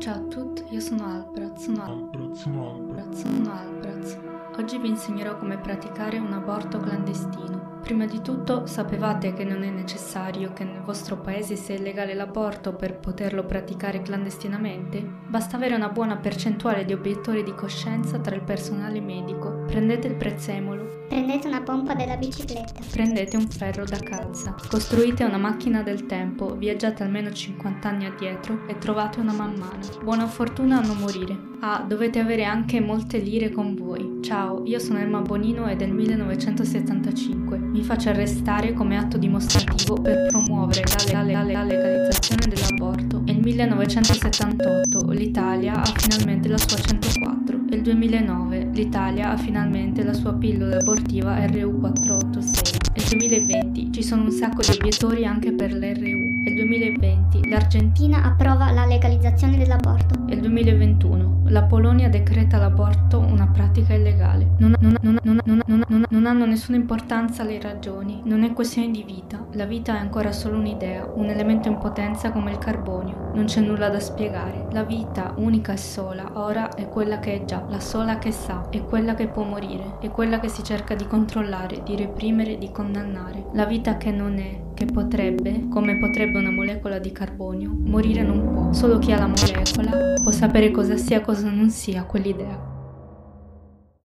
Ciao a tutti, io sono Albraz. Oggi vi insegnerò come praticare un aborto clandestino. Prima di tutto, sapevate che non è necessario che nel vostro paese sia illegale l'aborto per poterlo praticare clandestinamente? Basta avere una buona percentuale di obiettori di coscienza tra il personale medico. Prendete il prezzemolo. Prendete una pompa della bicicletta. Prendete un ferro da calza. Costruite una macchina del tempo, viaggiate almeno 50 anni addietro e trovate una mammana. Buona fortuna a non morire. Dovete avere anche molte lire con voi. Ciao, io sono Emma Bonino e del 1975. Mi faccio arrestare come atto dimostrativo per promuovere la legalizzazione dell'aborto. È il 1978, l'Italia ha finalmente la sua 104. È il 2009, l'Italia ha finalmente la sua pillola abortiva RU486. È il 2020, ci sono un sacco di obiettori anche per l'RU. È il 2020, l'Argentina approva la legalizzazione dell'aborto. È il 2021, la Polonia decreta l'aborto una pratica illegale. Non hanno nessuna importanza le ragioni, non è questione di vita. La vita è ancora solo un'idea, un elemento in potenza come il carbonio. Non c'è nulla da spiegare. La vita, unica e sola, ora è quella che è già, la sola che sa, è quella che può morire, è quella che si cerca di controllare, di reprimere, di condannare. La vita che non è, che potrebbe, come potrebbe una molecola di carbonio, morire non può. Solo chi ha la molecola può sapere cosa sia e cosa non sia quell'idea.